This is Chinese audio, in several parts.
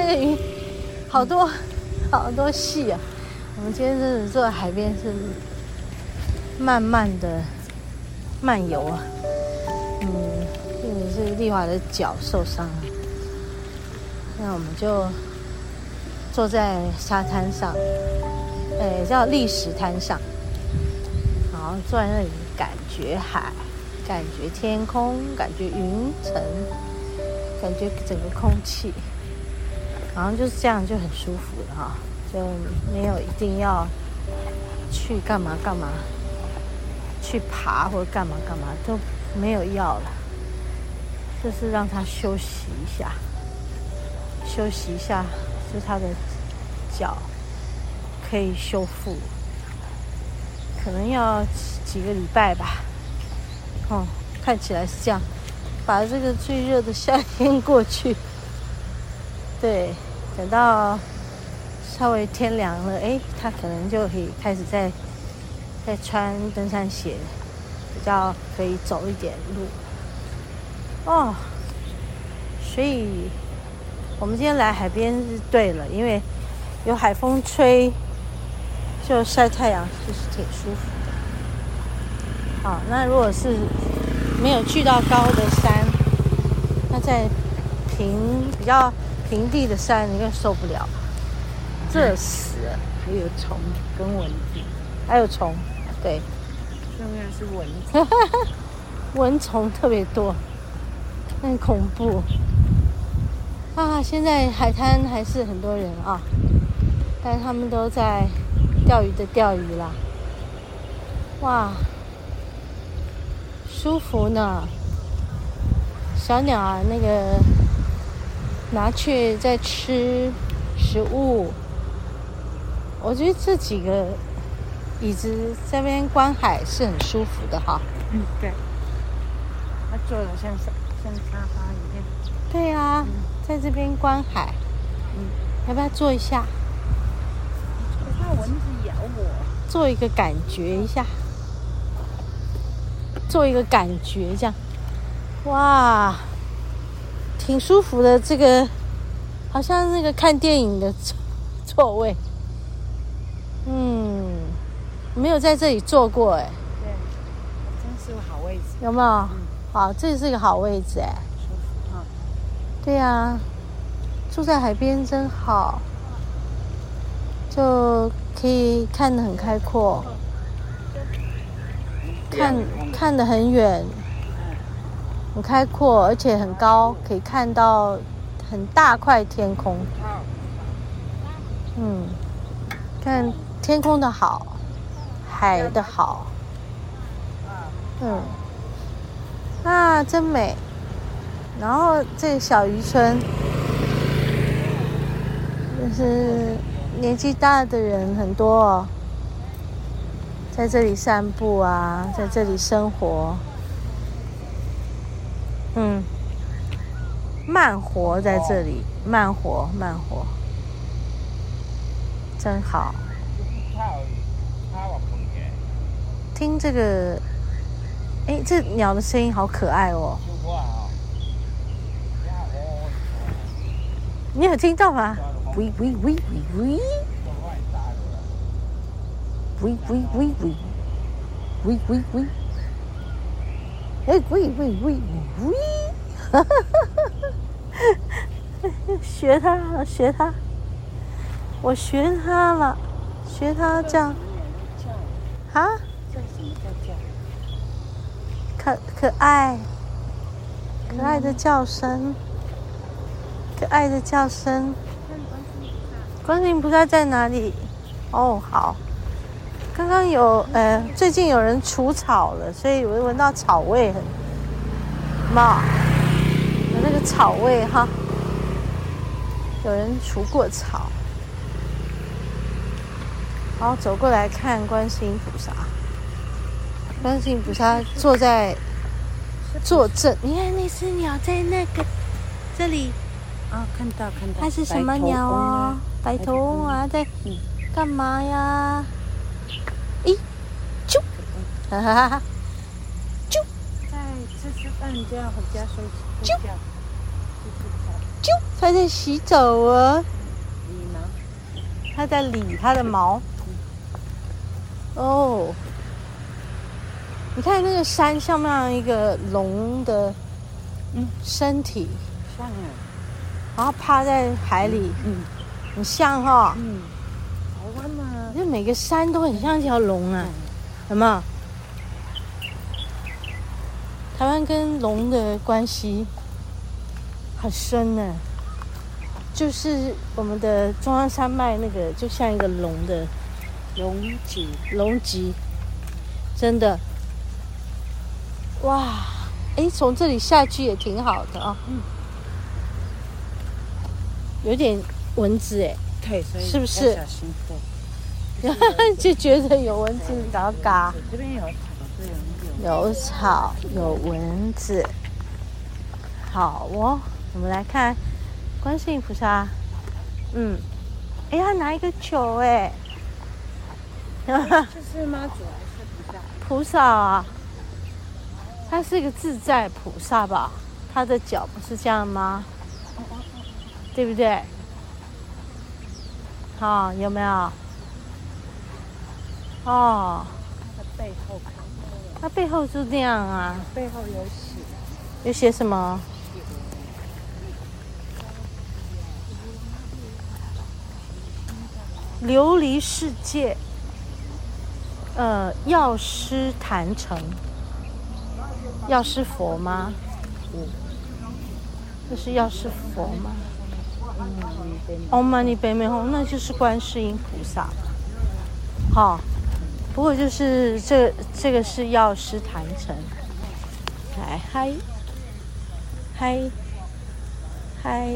那个云，好多细啊！我们今天真的坐在海边是慢慢的漫游啊。因为是丽华的脚受伤了，那我们就坐在沙滩上，叫砾石滩上，然后坐在那里感觉海，感觉天空，感觉云层，感觉整个空气，好像就是这样就很舒服了哈，就没有一定要去干嘛，去爬或干嘛都没有要了，就是让他休息一下，就他的脚可以修复，可能要几个礼拜吧。看起来是这样，把这个最热的夏天过去。对，等到稍微天凉了，他可能就可以开始再穿登山鞋，比较可以走一点路。所以我们今天来海边是对了，因为有海风吹，就晒太阳就是挺舒服的。那如果是没有去到高的山，那在比较平地的山，你更受不了，热死了。 还有虫跟蚊子， 还有虫，对， 重要是蚊子， 蚊虫特别多，很恐怖啊！现在海滩还是很多人啊，但是他们都在钓鱼啦。哇，舒服呢！小鸟啊，那个拿去在吃食物。我觉得这几个椅子在那边观海是很舒服的哈。 对，它做的像沙发一样。 对啊，在这边观海，要不要坐一下？ 我怕蚊子咬我。 做一个感觉一下，这样，哇，挺舒服的。这个好像那个看电影的座位。没有在这里坐过对，真是个好位置。 有没有？好，这是个好位置舒服哈。 对啊，住在海边真好，就可以看得很开阔，看得很远，很开阔，而且很高，可以看到很大块天空。看天空的好，海的好，真美。然后这个小渔村，就是年纪大的人很多在这里散步啊，在这里生活，慢活在这里，慢活，真好。听这个，这鸟的声音好可爱哦。你有听到吗？喂喂喂喂喂，喂喂喂喂，喂喂喂，喂喂喂喂，学它，我学它了，学它这样。啊？ 这什么叫叫？ 可爱的叫声，观世音菩萨在哪里？好，刚刚有最近有人除草了，所以我闻到草味有那个草味哈，有人除过草。好，走过来看观世音菩萨。观世音菩萨坐正，你看那只鸟在这里啊，看到。 它是什么鸟哦？白头翁啊，在干嘛呀？啾，啾， 在吃饭就要回家睡觉。 啾，它在洗澡啊， 理毛， 它在理它的毛。哦，你看那个山像不像一个龙的身体？ 像啊， 然后趴在海里，很像哈。 台湾嘛， 就每个山都很像一条龙啊，有没有？台湾跟龙的关系很深呢，就是我们的中央山脉那个，就像一个龙的龙脊，真的，哇！哎，从这里下去也挺好的啊，有点蚊子哎， 对，所以是不是？ 小心点。 就觉得有蚊子，嘎嘎。 这边有草，这边有草，有蚊子。好哦，我们来看观世音菩萨。哎，他拿一个球哎。 这是妈祖还是菩萨？ 菩萨啊，他是个自在菩萨吧？他的脚不是这样吗？对不对？好，有没有？哦， 它的背后看到了， 他背后就这样啊。 背后有写， 有写什么？琉璃世界，药师坛城，药师佛吗？这是药师佛吗？Om Mani Padme Hum，那就是观世音菩萨。好，不过就是这个是药师坛城。来，嗨，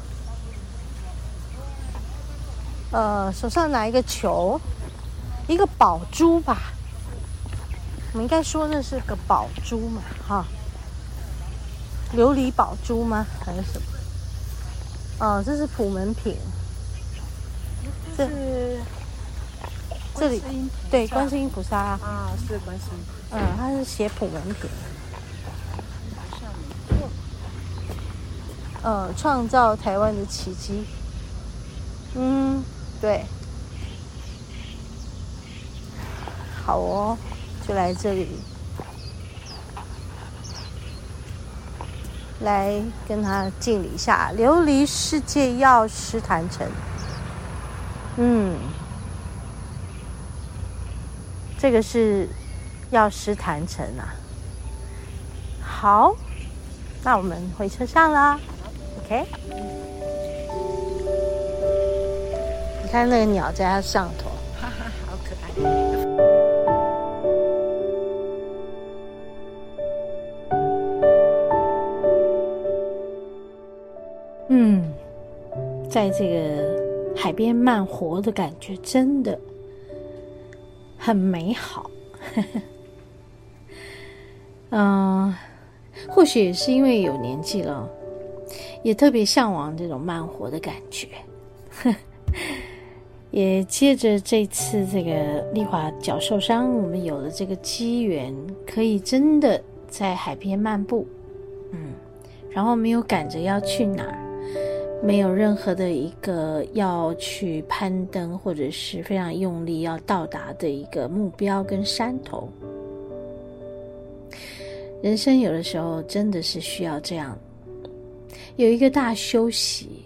手上拿一个球，一个宝珠吧，我们应该说那是个宝珠嘛，哈，琉璃宝珠吗？还是什么？哦，这是普门品，这里对观世音菩萨啊，是观世音， 它是写普门品。创造台湾的奇迹。对，好哦，就来这里，来跟他敬礼一下。琉璃世界药师坛城，这个是药师坛城啊。好，那我们回车上啦。OK， 你看那个鸟在它上头， 哈哈，好可爱。 在这个海边慢活的感觉真的很美好。或许也是因为有年纪了，也特别向往这种慢活的感觉。也接着这次这个丽华脚受伤，我们有了这个机缘，可以真的在海边漫步，然后没有赶着要去哪儿，没有任何的一个要去攀登或者是非常用力要到达的一个目标跟山头。人生有的时候真的是需要这样，有一个大休息，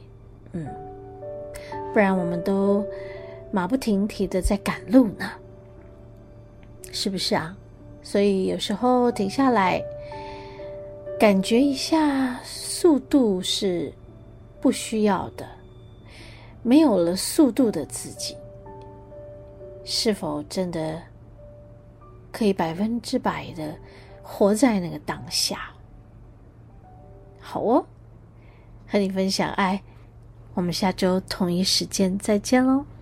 不然我们都马不停蹄的在赶路呢，是不是啊？所以有时候停下来，感觉一下速度是不需要的，没有了速度的自己，是否真的可以100%的活在那个当下？好哦，和你分享爱，我们下周同一时间再见喽。